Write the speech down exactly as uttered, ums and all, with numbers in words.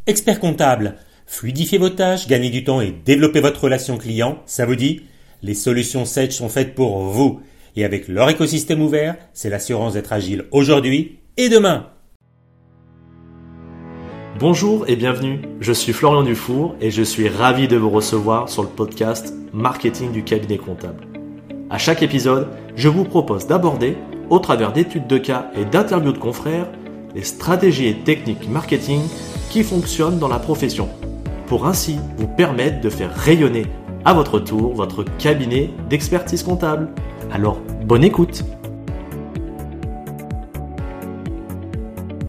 Expert comptable, fluidifiez vos tâches, gagnez du temps et développez votre relation client, ça vous dit? Les solutions Sage sont faites pour vous. Et avec leur écosystème ouvert, c'est l'assurance d'être agile aujourd'hui et demain. Bonjour et bienvenue, je suis Florian Dufour et je suis ravi de vous recevoir sur le podcast Marketing du cabinet comptable. À chaque épisode, je vous propose d'aborder, au travers d'études de cas et d'interviews de confrères, les stratégies et techniques marketing qui fonctionnent dans la profession, pour ainsi vous permettre de faire rayonner à votre tour votre cabinet d'expertise comptable. Alors, bonne écoute!